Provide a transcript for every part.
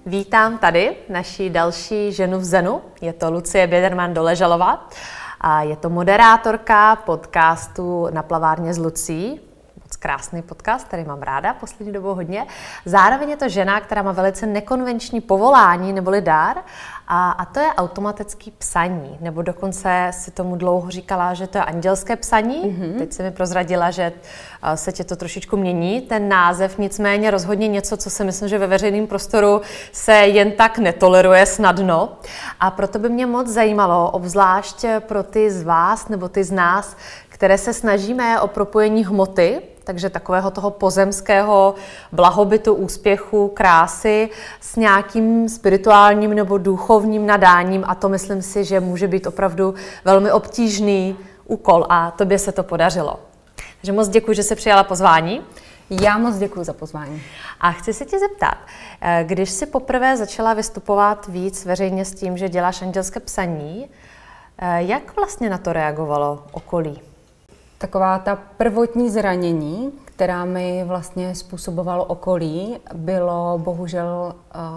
Vítám tady naši další ženu v Zenu, je to Lucie Biedermann-Doležalová a je to moderátorka podcastu Na plavárně s Lucí. Moc krásný podcast, který mám ráda poslední dobou hodně. Zároveň je to žena, která má velice nekonvenční povolání neboli dar a to je automatické psaní, nebo dokonce si tomu dlouho říkala, že to je andělské psaní. Teď si mi prozradila, že se tě to trošičku mění, ten název, nicméně rozhodně něco, co si myslím, že ve veřejném prostoru se jen tak netoleruje snadno. A proto by mě moc zajímalo, obzvlášť pro ty z vás nebo ty z nás, které se snažíme o propojení hmoty, takže takového toho pozemského blahobytu, úspěchu, krásy s nějakým spirituálním nebo duchovním nadáním, a to myslím si, že může být opravdu velmi obtížný úkol a tobě se to podařilo. Takže moc děkuji, že jsi přijala pozvání. Já moc děkuji za pozvání. A chci se tě zeptat, když jsi poprvé začala vystupovat víc veřejně s tím, že děláš andělské psaní, jak vlastně na to reagovalo okolí? Taková ta prvotní zranění, která mi vlastně způsobovalo okolí, bylo bohužel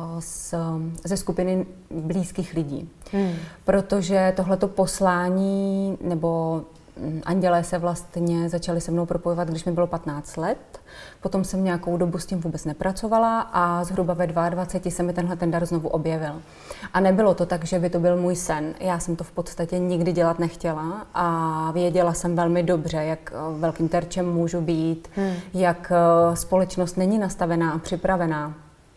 ze skupiny blízkých lidí. Protože tohleto poslání nebo andělé se vlastně začali se mnou propojovat, když mi bylo 15 let. Potom jsem nějakou dobu s tím vůbec nepracovala a zhruba ve 22 se mi ten dar znovu objevil. A nebylo to tak, že by to byl můj sen. Já jsem to v podstatě nikdy dělat nechtěla a věděla jsem velmi dobře, jak velkým terčem můžu být, jak společnost není nastavená a připravená.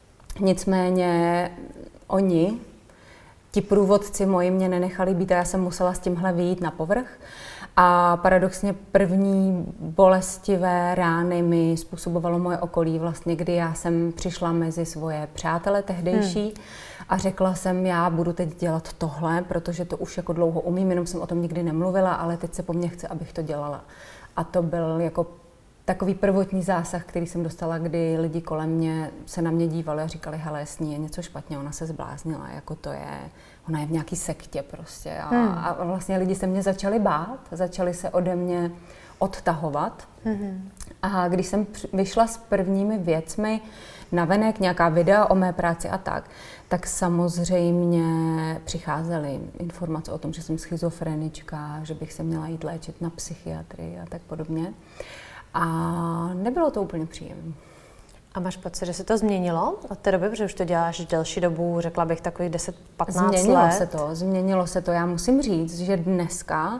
Nicméně oni, ti průvodci moji, mě nenechali být a já jsem musela s tímhle vyjít na povrch. A paradoxně první bolestivé rány mi způsobovalo moje okolí, vlastně, kdy já jsem přišla mezi svoje přátele tehdejší a řekla jsem, já budu teď dělat tohle, protože to už jako dlouho umím, jenom jsem o tom nikdy nemluvila, ale teď se po mně chce, abych to dělala. A to byl jako takový prvotní zásah, který jsem dostala, kdy lidi kolem mě se na mě dívali a říkali, hele, s ní je něco špatně, ona se zbláznila, jako to je, ona je v nějaký sektě prostě. A vlastně lidi se mě začali bát, začali se ode mě odtahovat. A když jsem vyšla s prvními věcmi navenek, nějaká videa o mé práci a tak samozřejmě přicházely informace o tom, že jsem schizofrenička, že bych se měla jít léčit na psychiatrii a tak podobně. A nebylo to úplně příjemné. A máš pocit, že se to změnilo od té doby, protože už to děláš delší dobu, řekla bych takových 10-15 let? Změnilo se to. Já musím říct, že dneska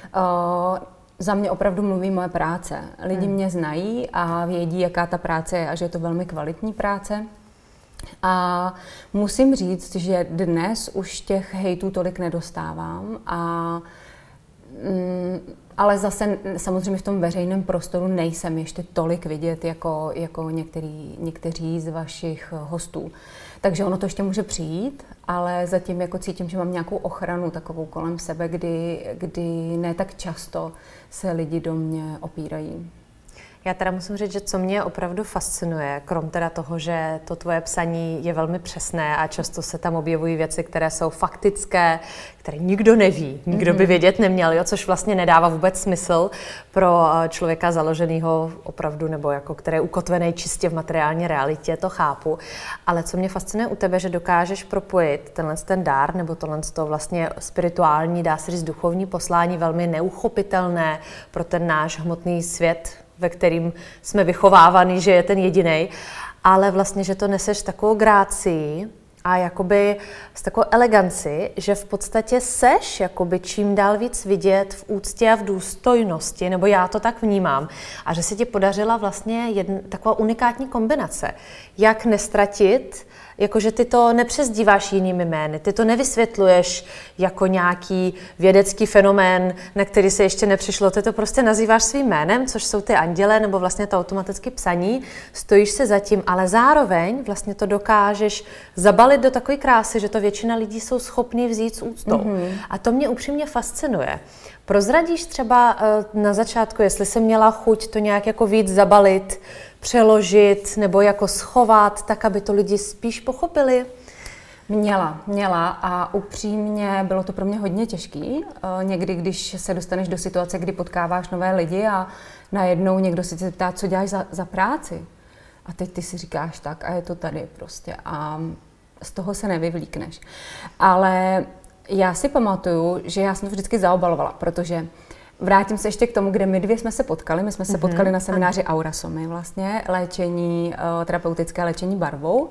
za mě opravdu mluví moje práce. Lidi mě znají a vědí, jaká ta práce je a že je to velmi kvalitní práce. A musím říct, že dnes už těch hejtů tolik nedostávám ale zase samozřejmě v tom veřejném prostoru nejsem ještě tolik vidět jako někteří z vašich hostů. Takže ono to ještě může přijít, ale zatím jako cítím, že mám nějakou ochranu takovou kolem sebe, kdy ne tak často se lidi do mě opírají. Já teda musím říct, že co mě opravdu fascinuje, krom teda toho, že to tvoje psaní je velmi přesné a často se tam objevují věci, které jsou faktické, které nikdo neví, nikdo by vědět neměl, jo, což vlastně nedává vůbec smysl pro člověka založeného opravdu, nebo jako který je ukotvený čistě v materiální realitě, to chápu. Ale co mě fascinuje u tebe, že dokážeš propojit ten dár, nebo tohle vlastně spirituální, dá se říct duchovní poslání, velmi neuchopitelné pro ten náš hmotný svět, ve kterým jsme vychovávaný, že je ten jedinej, ale vlastně, že to neseš takovou grácii a jakoby s takovou eleganci, že v podstatě seš jakoby čím dál víc vidět v úctě a v důstojnosti, nebo já to tak vnímám, a že se ti podařila vlastně taková unikátní kombinace, jak nestratit, jakože ty to nepřezdíváš jinými jmény, ty to nevysvětluješ jako nějaký vědecký fenomén, na který se ještě nepřišlo, ty to prostě nazýváš svým jménem, což jsou ty anděle, nebo vlastně to automatické psaní, stojíš se za tím, ale zároveň vlastně to dokážeš zabalit do takové krásy, že to většina lidí jsou schopní vzít s úctou. A to mě upřímně fascinuje. Prozradíš třeba na začátku, jestli jsi měla chuť to nějak jako víc zabalit, přeložit nebo jako schovat, tak aby to lidi spíš pochopili? Měla a upřímně bylo to pro mě hodně těžký. Někdy, když se dostaneš do situace, kdy potkáváš nové lidi a najednou někdo se tě ptá, co děláš za práci. A teď ty si říkáš tak a je to tady prostě. A z toho se nevyvlíkneš. Ale já si pamatuju, že já jsem to vždycky zaobalovala, protože vrátím se ještě k tomu, kde my dvě jsme se potkali. My jsme se potkali na semináři Aurasomy, vlastně léčení, terapeutické léčení barvou.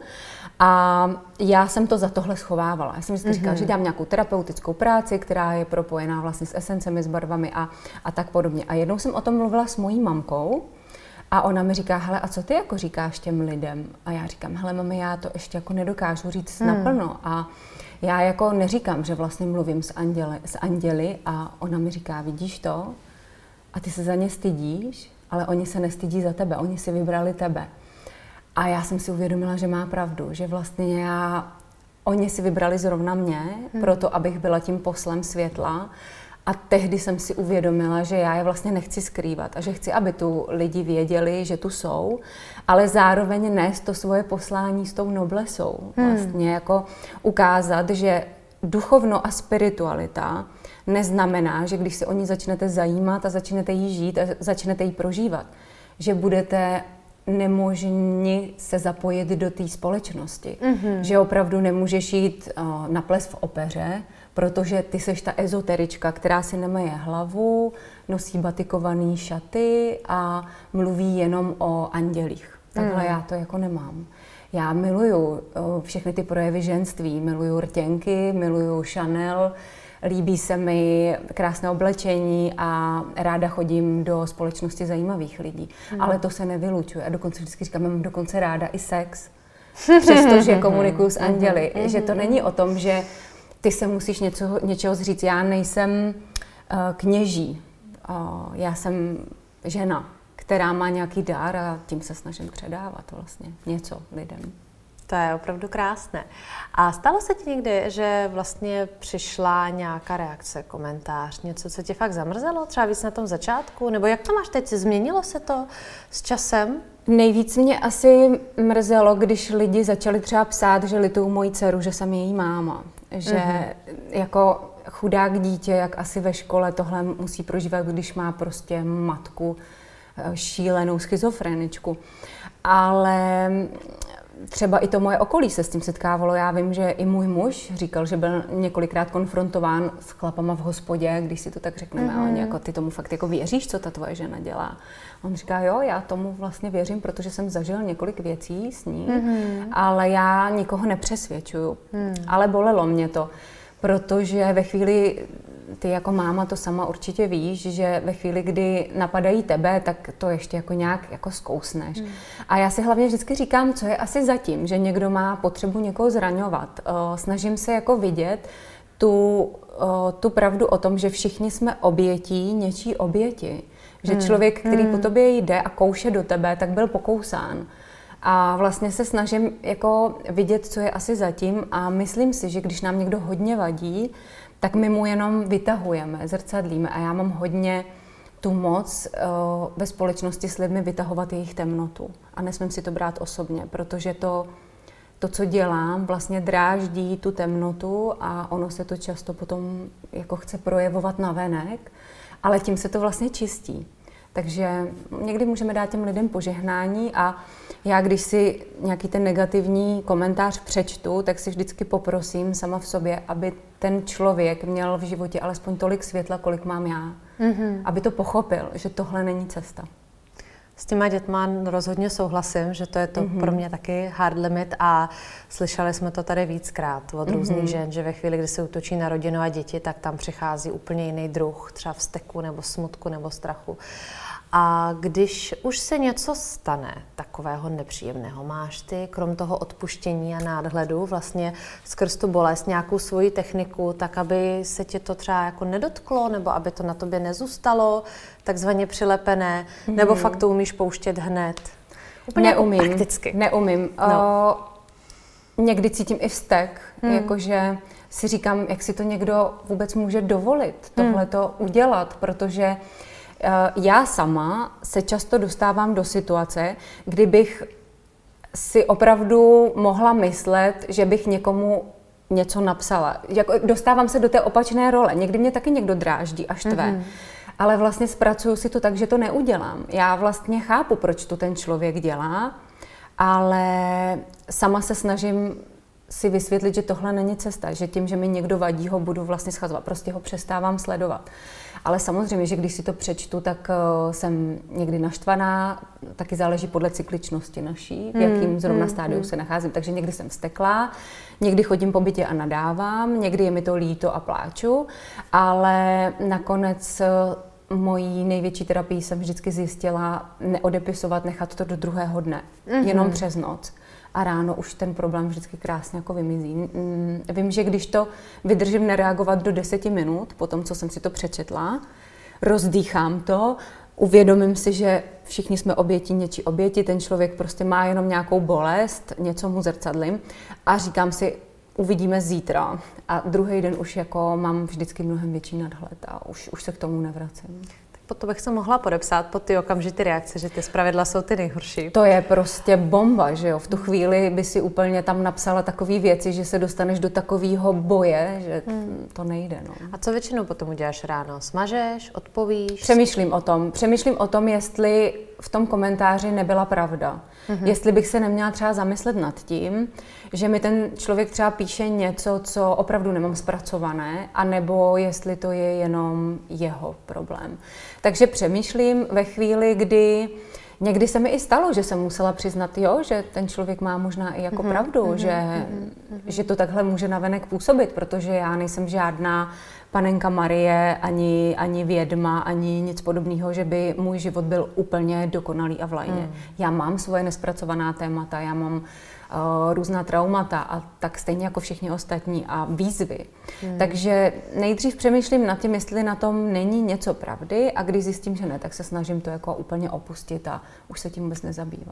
A já jsem to za tohle schovávala. Já jsem vždycky říkala, že dělám nějakou terapeutickou práci, která je propojená vlastně s esencemi, s barvami a tak podobně. A jednou jsem o tom mluvila s mojí mamkou a ona mi říká, hele, a co ty jako říkáš těm lidem? A já říkám, hele mami, já to ještě jako nedokážu říct naplno. A já jako neříkám, že vlastně mluvím s anděli a ona mi říká, vidíš to? A ty se za ně stydíš, ale oni se nestydí za tebe, oni si vybrali tebe. A já jsem si uvědomila, že má pravdu, že vlastně oni si vybrali zrovna mě, proto abych byla tím poslem světla. A tehdy jsem si uvědomila, že já je vlastně nechci skrývat a že chci, aby tu lidi věděli, že tu jsou, ale zároveň nést to svoje poslání s tou noblesou. Vlastně jako ukázat, že duchovno a spiritualita neznamená, že když se o ní začnete zajímat a začnete jí žít a začnete jí prožívat, že budete nemožni se zapojit do té společnosti. Že opravdu nemůžeš jít na ples v opeře, protože ty seš ta ezoterička, která si nemaje hlavu, nosí batikované šaty a mluví jenom o andělích. Takhle já to jako nemám. Já miluju všechny ty projevy ženství, miluju rtěnky, miluju Chanel, líbí se mi krásné oblečení a ráda chodím do společnosti zajímavých lidí. Ale to se nevylučuje. A dokonce vždycky říkám, mám dokonce ráda i sex. Přestože komunikuju s anděli. Že to není o tom, že ty se musíš něčeho zříct. Já nejsem kněží. Já jsem žena, která má nějaký dar a tím se snažím předávat vlastně něco lidem. To je opravdu krásné. A stalo se ti někdy, že vlastně přišla nějaká reakce, komentář, něco, co tě fakt zamrzelo, třeba víc na tom začátku? Nebo jak to máš teď? Změnilo se to s časem? Nejvíc mě asi mrzelo, když lidi začali třeba psát, že litují moji dceru, že jsem její máma. Že jako chudák dítě, jak asi ve škole tohle musí prožívat, když má prostě matku šílenou schizofreničku. Ale třeba i to moje okolí se s tím setkávalo. Já vím, že i můj muž říkal, že byl několikrát konfrontován s chlapama v hospodě, když si to tak řekneme. A oni jako, ty tomu fakt jako věříš, co ta tvoje žena dělá? On říká, jo, já tomu vlastně věřím, protože jsem zažil několik věcí s ní, ale já nikoho nepřesvědčuju. Ale bolelo mě to, protože ve chvíli, ty jako máma to sama určitě víš, že ve chvíli, kdy napadají tebe, tak to ještě jako nějak jako zkousneš. A já si hlavně vždycky říkám, co je asi zatím, že někdo má potřebu někoho zraňovat. Snažím se jako vidět tu pravdu o tom, že všichni jsme obětí něčí oběti. Že člověk, který po tobě jde a kouše do tebe, tak byl pokousán. A vlastně se snažím jako vidět, co je asi zatím a myslím si, že když nám někdo hodně vadí, tak my mu jenom vytahujeme, zrcadlíme a já mám hodně tu moc ve společnosti s lidmi vytahovat jejich temnotu. A nesmím si to brát osobně, protože to, co dělám, vlastně dráždí tu temnotu a ono se to často potom jako chce projevovat navenek, ale tím se to vlastně čistí. Takže někdy můžeme dát těm lidem požehnání a já, když si nějaký ten negativní komentář přečtu, tak si vždycky poprosím sama v sobě, aby ten člověk měl v životě alespoň tolik světla, kolik mám já. Aby to pochopil, že tohle není cesta. S těma dětma rozhodně souhlasím, že to je to pro mě taky hard limit a slyšeli jsme to tady víckrát od různých žen, že ve chvíli, kdy se útočí na rodinu a děti, tak tam přichází úplně jiný druh, třeba vzteku nebo smutku nebo strachu. A když už se něco stane takového nepříjemného, máš ty, krom toho odpuštění a nadhledu, vlastně skrz tu bolest nějakou svoji techniku, tak aby se tě to třeba jako nedotklo, nebo aby to na tobě nezůstalo takzvaně přilepené, nebo fakt to umíš pouštět hned? Úplně neumím, jako prakticky. Neumím. No. Někdy cítím i vztek, jakože si říkám, jak si to někdo vůbec může dovolit tohleto udělat, protože já sama se často dostávám do situace, kdy bych si opravdu mohla myslet, že bych někomu něco napsala. Dostávám se do té opačné role. Někdy mě taky někdo dráždí a štve. Ale vlastně zpracuju si to tak, že to neudělám. Já vlastně chápu, proč to ten člověk dělá, ale sama se snažím si vysvětlit, že tohle není cesta, že tím, že mi někdo vadí, ho budu vlastně schazovat, prostě ho přestávám sledovat. Ale samozřejmě, že když si to přečtu, tak jsem někdy naštvaná, taky záleží podle cykličnosti naší, v jakým zrovna stádiu se nacházím. Takže někdy jsem vzteklá, někdy chodím po bytě a nadávám, někdy je mi to líto a pláču, ale nakonec mojí největší terapii jsem vždycky zjistila neodepisovat, nechat to do druhého dne, jenom přes noc. A ráno už ten problém vždycky krásně jako vymizí. Vím, že když to vydržím nereagovat do 10 minut, po tom, co jsem si to přečetla, rozdýchám to, uvědomím si, že všichni jsme oběti něčí oběti, ten člověk prostě má jenom nějakou bolest, něco mu zrcadlím a říkám si, uvidíme zítra. A druhý den už jako mám vždycky mnohem větší nadhled a už se k tomu nevracím. Pod to bych se mohla podepsat, pod ty okamžité reakce, že ty zpravidla jsou ty nejhorší. To je prostě bomba, že jo. V tu chvíli by si úplně tam napsala takové věci, že se dostaneš do takového boje, že to nejde. No. A co většinou potom uděláš ráno? Smažeš, odpovíš? Přemýšlím o tom, jestli v tom komentáři nebyla pravda. Jestli bych se neměla třeba zamyslet nad tím, že mi ten člověk třeba píše něco, co opravdu nemám zpracované, anebo jestli to je jenom jeho problém. Takže přemýšlím ve chvíli, kdy někdy se mi i stalo, že jsem musela přiznat, že ten člověk má možná i jako pravdu, že to takhle může navenek působit, protože já nejsem žádná panenka Marie, ani vědma, ani nic podobného, že by můj život byl úplně dokonalý a v lajně. Já mám svoje nespracovaná témata, já mám různá traumata a tak stejně jako všichni ostatní a výzvy. Takže nejdřív přemýšlím nad tím, jestli na tom není něco pravdy a když zjistím, že ne, tak se snažím to jako úplně opustit a už se tím vůbec nezabývat.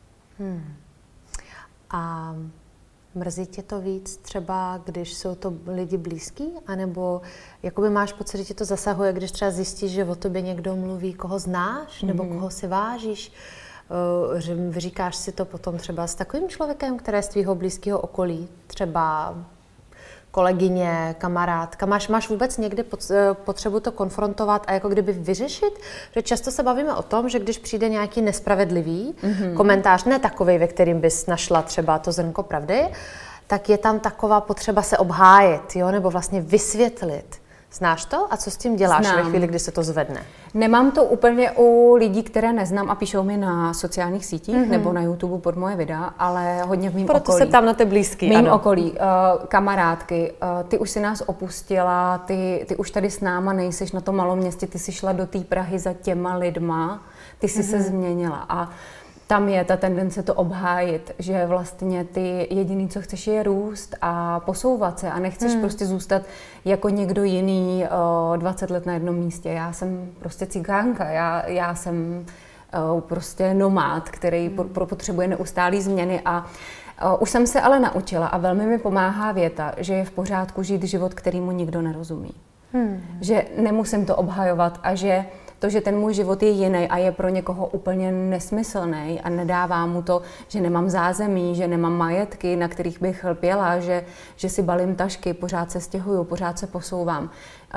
A mrzí tě to víc třeba, když jsou to lidi blízký, anebo jakoby máš pocit, že tě to zasahuje, když třeba zjistíš, že o tobě někdo mluví, koho znáš, nebo koho si vážíš, že vyříkáš si to potom třeba s takovým člověkem, který je z tvýho blízkého okolí, třeba kolegyně, kamarádka. Máš vůbec někdy potřebu to konfrontovat a jako kdyby vyřešit? Že často se bavíme o tom, že když přijde nějaký nespravedlivý komentář, ne takovej, ve kterým bys našla třeba to zrnko pravdy, tak je tam taková potřeba se obhájit, nebo vlastně vysvětlit. Znáš to? A co s tím děláš ve chvíli, kdy se to zvedne? Nemám to úplně u lidí, které neznám a píšou mi na sociálních sítích nebo na YouTube pod moje videa, ale hodně v mým okolí. Proto se tam na ty blízký, mým okolí, kamarádky, ty už si nás opustila, ty už tady s náma nejseš na tom malom městě, ty si šla do té Prahy za těma lidma, ty jsi se změnila a tam je ta tendence to obhájit, že vlastně ty jediný, co chceš, je růst a posouvat se a nechceš prostě zůstat jako někdo jiný 20 let na jednom místě. Já jsem prostě cigánka, já jsem prostě nomád, který potřebuje neustálý změny a už jsem se ale naučila a velmi mi pomáhá věta, že je v pořádku žít život, kterýmu nikdo nerozumí. Že nemusím to obhajovat a že to, že ten můj život je jiný a je pro někoho úplně nesmyslný a nedává mu to, že nemám zázemí, že nemám majetky, na kterých bych lpěla, že si balím tašky, pořád se stěhuju, pořád se posouvám.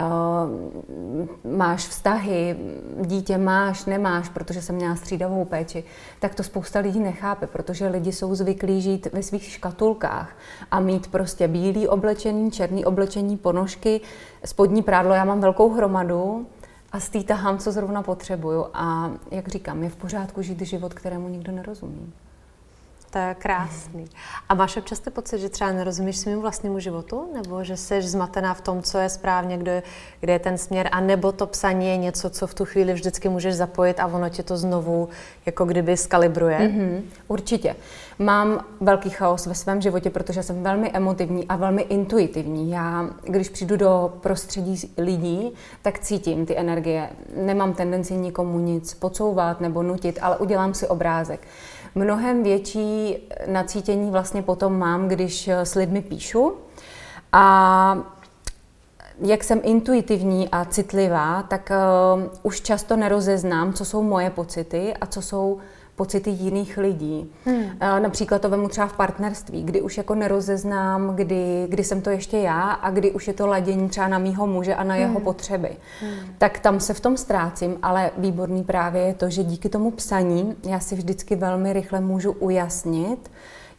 Máš vztahy, dítě máš, nemáš, protože jsem měla střídavou péči, tak to spousta lidí nechápe, protože lidi jsou zvyklí žít ve svých škatulkách a mít prostě bílý oblečení, černý oblečení, ponožky, spodní prádlo, já mám velkou hromadu, a z té tahám, co zrovna potřebuju. A jak říkám, je v pořádku žít život, kterému nikdo nerozumí. To je krásný. A máš občas pocit, že třeba nerozumíš svým vlastnímu životu? Nebo že jsi zmatená v tom, co je správně, kde je ten směr? A nebo to psaní je něco, co v tu chvíli vždycky můžeš zapojit a ono tě to znovu jako kdyby skalibruje? Určitě. Mám velký chaos ve svém životě, protože jsem velmi emotivní a velmi intuitivní. Já, když přijdu do prostředí lidí, tak cítím ty energie. Nemám tendenci nikomu nic podsouvat nebo nutit, ale udělám si obrázek. Mnohem větší nacítění vlastně potom mám, když s lidmi píšu. A jak jsem intuitivní a citlivá, tak už často nerozeznám, co jsou moje pocity a co jsou pocity jiných lidí. Například to vemu třeba v partnerství, kdy už jako nerozeznám, kdy jsem to ještě já a kdy už je to ladění třeba na mýho muže a na jeho potřeby. Tak tam se v tom ztrácím, ale výborný právě je to, že díky tomu psaní já si vždycky velmi rychle můžu ujasnit,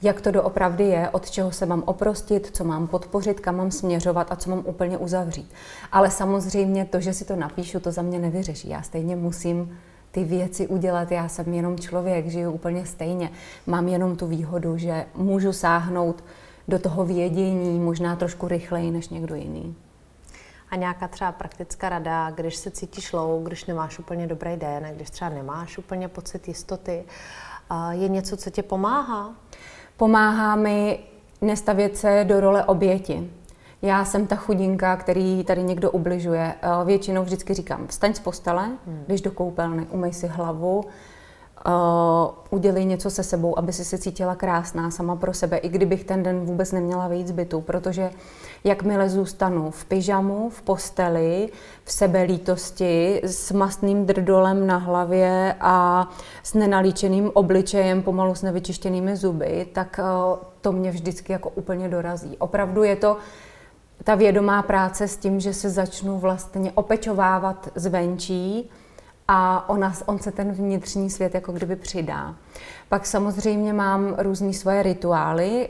jak to doopravdy je, od čeho se mám oprostit, co mám podpořit, kam mám směřovat a co mám úplně uzavřít. Ale samozřejmě to, že si to napíšu, to za mě nevyřeší. Já stejně musím ty věci udělat, já jsem jenom člověk, žiju úplně stejně. Mám jenom tu výhodu, že můžu sáhnout do toho vědění možná trošku rychleji než někdo jiný. A nějaká třeba praktická rada, když se cítíš low, když nemáš úplně dobrý den, když třeba nemáš úplně pocit jistoty, je něco, co tě pomáhá? Pomáhá mi nestavět se do role oběti. Já jsem ta chudinka, který tady někdo ubližuje. Většinou vždycky říkám, vstaň z postele, běž do koupelny, umyj si hlavu, udělej něco se sebou, aby si se cítila krásná sama pro sebe, i kdybych ten den vůbec neměla vyjít z bytu, protože jakmile zůstanu v pyžamu, v posteli, v sebelítosti, s mastným drdolem na hlavě a s nenalíčeným obličejem, pomalu s nevyčištěnými zuby, tak to mě vždycky jako úplně dorazí. Opravdu je to ta vědomá práce s tím, že se začnu vlastně opečovávat zvenčí a on se ten vnitřní svět jako kdyby přidá. Pak samozřejmě mám různý svoje rituály,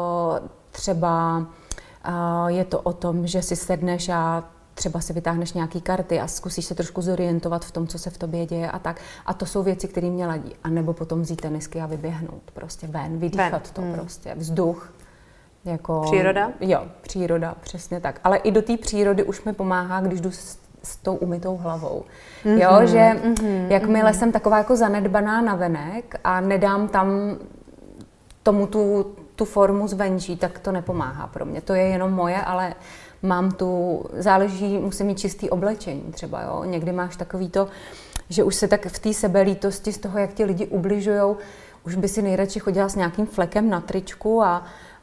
třeba je to o tom, že si sedneš a třeba si vytáhneš nějaký karty a zkusíš se trošku zorientovat v tom, co se v tobě děje a tak. A to jsou věci, které mě ladí. A nebo potom vzít tenisky a vyběhnout prostě ven, vydýchat to prostě, vzduch. Jako, příroda? Jo, příroda, přesně tak. Ale i do té přírody už mi pomáhá, když jdu s tou umytou hlavou. Jo, že jakmile jsem taková jako zanedbaná navenek a nedám tam tomu tu formu zvenčí, tak to nepomáhá pro mě. To je jenom moje, ale mám záleží, musím mít čistý oblečení třeba, jo. Někdy máš takový to, že už se tak v té sebelítosti z toho, jak ti lidi ubližujou, už by si nejradši chodila s nějakým flekem na tričku a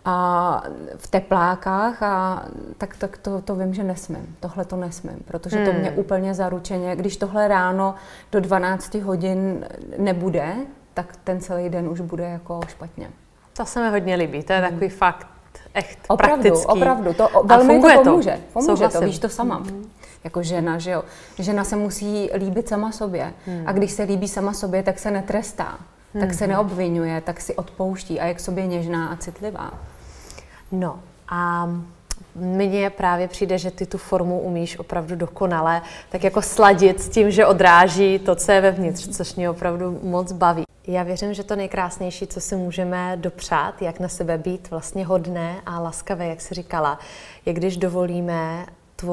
v teplákách a tak to vím, že nesmím. Tohle to nesmím, protože to mě úplně zaručeně, když tohle ráno do 12 hodin nebude, tak ten celý den už bude jako špatně. To se mi hodně líbí, to je takový fakt echt opravdu, praktický. Opravdu, to velmi to pomůže. Pomůže to, víš to sama. Jako žena, že jo. Žena se musí líbit sama sobě. A když se líbí sama sobě, tak se netrestá, tak se neobvinuje, tak si odpouští a je k sobě něžná a citlivá. No a mně právě přijde, že ty tu formu umíš opravdu dokonale tak jako sladit s tím, že odráží to, co je vevnitř, což mě opravdu moc baví. Já věřím, že to nejkrásnější, co si můžeme dopřát, jak na sebe být vlastně hodné a laskavé, jak jsi říkala, je když dovolíme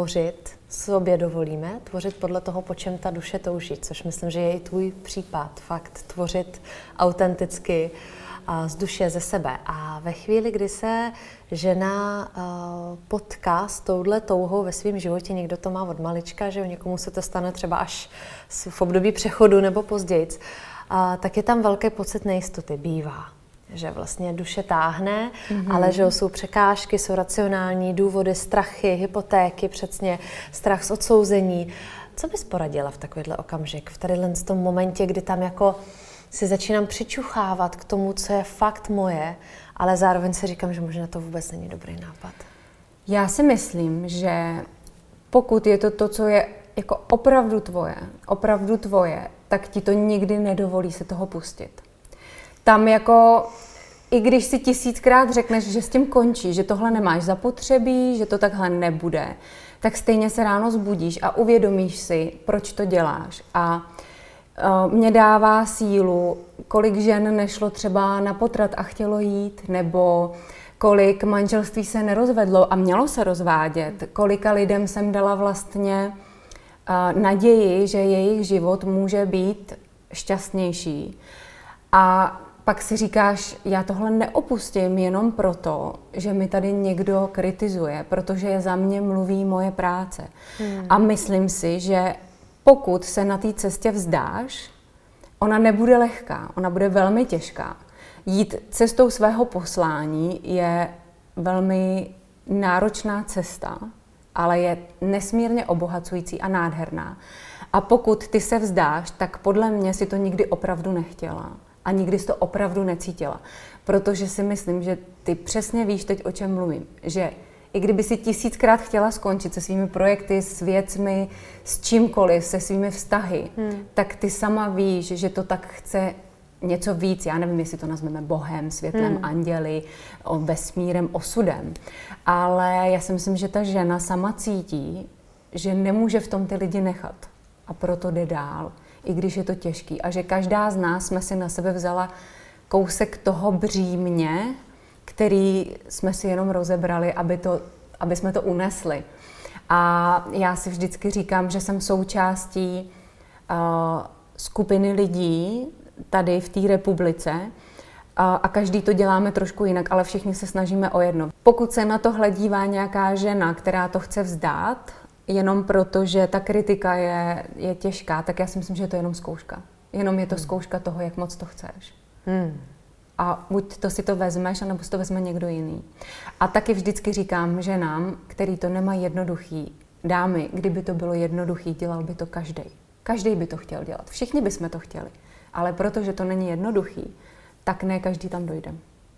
sobě dovolíme tvořit podle toho, po čem ta duše touží, což myslím, že je i tvůj případ, fakt tvořit autenticky, z duše, ze sebe. A ve chvíli, kdy se žena potká s touhle touhou ve svém životě, někdo to má od malička, že někomu se to stane třeba až v období přechodu nebo později, tak je tam velký pocit nejistoty, bývá. Že vlastně duše táhne, ale že jsou překážky, jsou racionální důvody, strachy, hypotéky, přesně strach z odsouzení. Co bys poradila v takovýhle okamžik, v tadyhle tom momentě, kdy tam jako si začínám přičuchávat k tomu, co je fakt moje, ale zároveň si říkám, že možná to vůbec není dobrý nápad. Já si myslím, že pokud je to, co je jako opravdu tvoje, tak ti to nikdy nedovolí se toho pustit. Tam jako, i když si 1000krát řekneš, že s tím končí, že tohle nemáš zapotřebí, že to takhle nebude, tak stejně se ráno zbudíš a uvědomíš si, proč to děláš. A mě dává sílu, kolik žen nešlo třeba na potrat a chtělo jít, nebo kolik manželství se nerozvedlo a mělo se rozvádět, kolika lidem jsem dala vlastně naději, že jejich život může být šťastnější. A pak si říkáš, já tohle neopustím jenom proto, že mi tady někdo kritizuje, protože za mě mluví moje práce. A myslím si, že pokud se na té cestě vzdáš, ona nebude lehká, ona bude velmi těžká. Jít cestou svého poslání je velmi náročná cesta, ale je nesmírně obohacující a nádherná. A pokud ty se vzdáš, tak podle mě si to nikdy opravdu nechtěla a nikdy jsi to opravdu necítila. Protože si myslím, že ty přesně víš teď, o čem mluvím, že i kdyby si 1000krát chtěla skončit se svými projekty, s věcmi, s čímkoliv, se svými vztahy, tak ty sama víš, že to tak chce něco víc, já nevím, jestli to nazveme Bohem, světlem, anděli, vesmírem, osudem. Ale já si myslím, že ta žena sama cítí, že nemůže v tom ty lidi nechat. A proto jde dál, i když je to těžký. A že každá z nás jsme si na sebe vzala kousek toho břímě, který jsme si jenom rozebrali, aby jsme to unesli. A já si vždycky říkám, že jsem součástí skupiny lidí tady v té republice a každý to děláme trošku jinak, ale všichni se snažíme o jedno. Pokud se na tohle dívá nějaká žena, která to chce vzdát, jenom proto, že ta kritika je těžká, tak já si myslím, že je to jenom zkouška. Jenom je to zkouška toho, jak moc to chceš. A buď to si to vezmeš, anebo si to vezme někdo jiný. A taky vždycky říkám ženám, který to nemají jednoduchý, dámy, kdyby to bylo jednoduchý, dělal by to každej. Každej by to chtěl dělat. Všichni bychom to chtěli. Ale protože to není jednoduchý, tak ne každý tam dojde.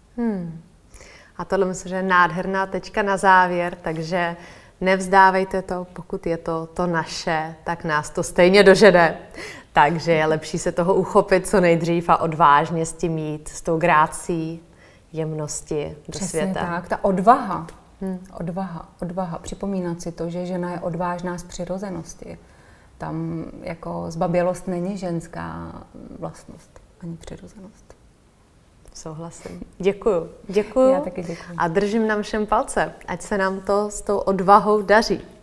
A tohle myslím, že je nádherná tečka na závěr, takže nevzdávejte to, pokud je to naše, tak nás to stejně dožene. Takže je lepší se toho uchopit co nejdřív a odvážně s tím jít, s tou grácí, jemnosti do Přesně světa. Tak, ta odvaha. Odvaha. Připomínat si to, že žena je odvážná z přirozenosti. Tam jako zbabělost není ženská vlastnost, ani přirozenost. Souhlasím. Děkuju. Já taky děkuju. A držím nám všem palce, ať se nám to s tou odvahou daří.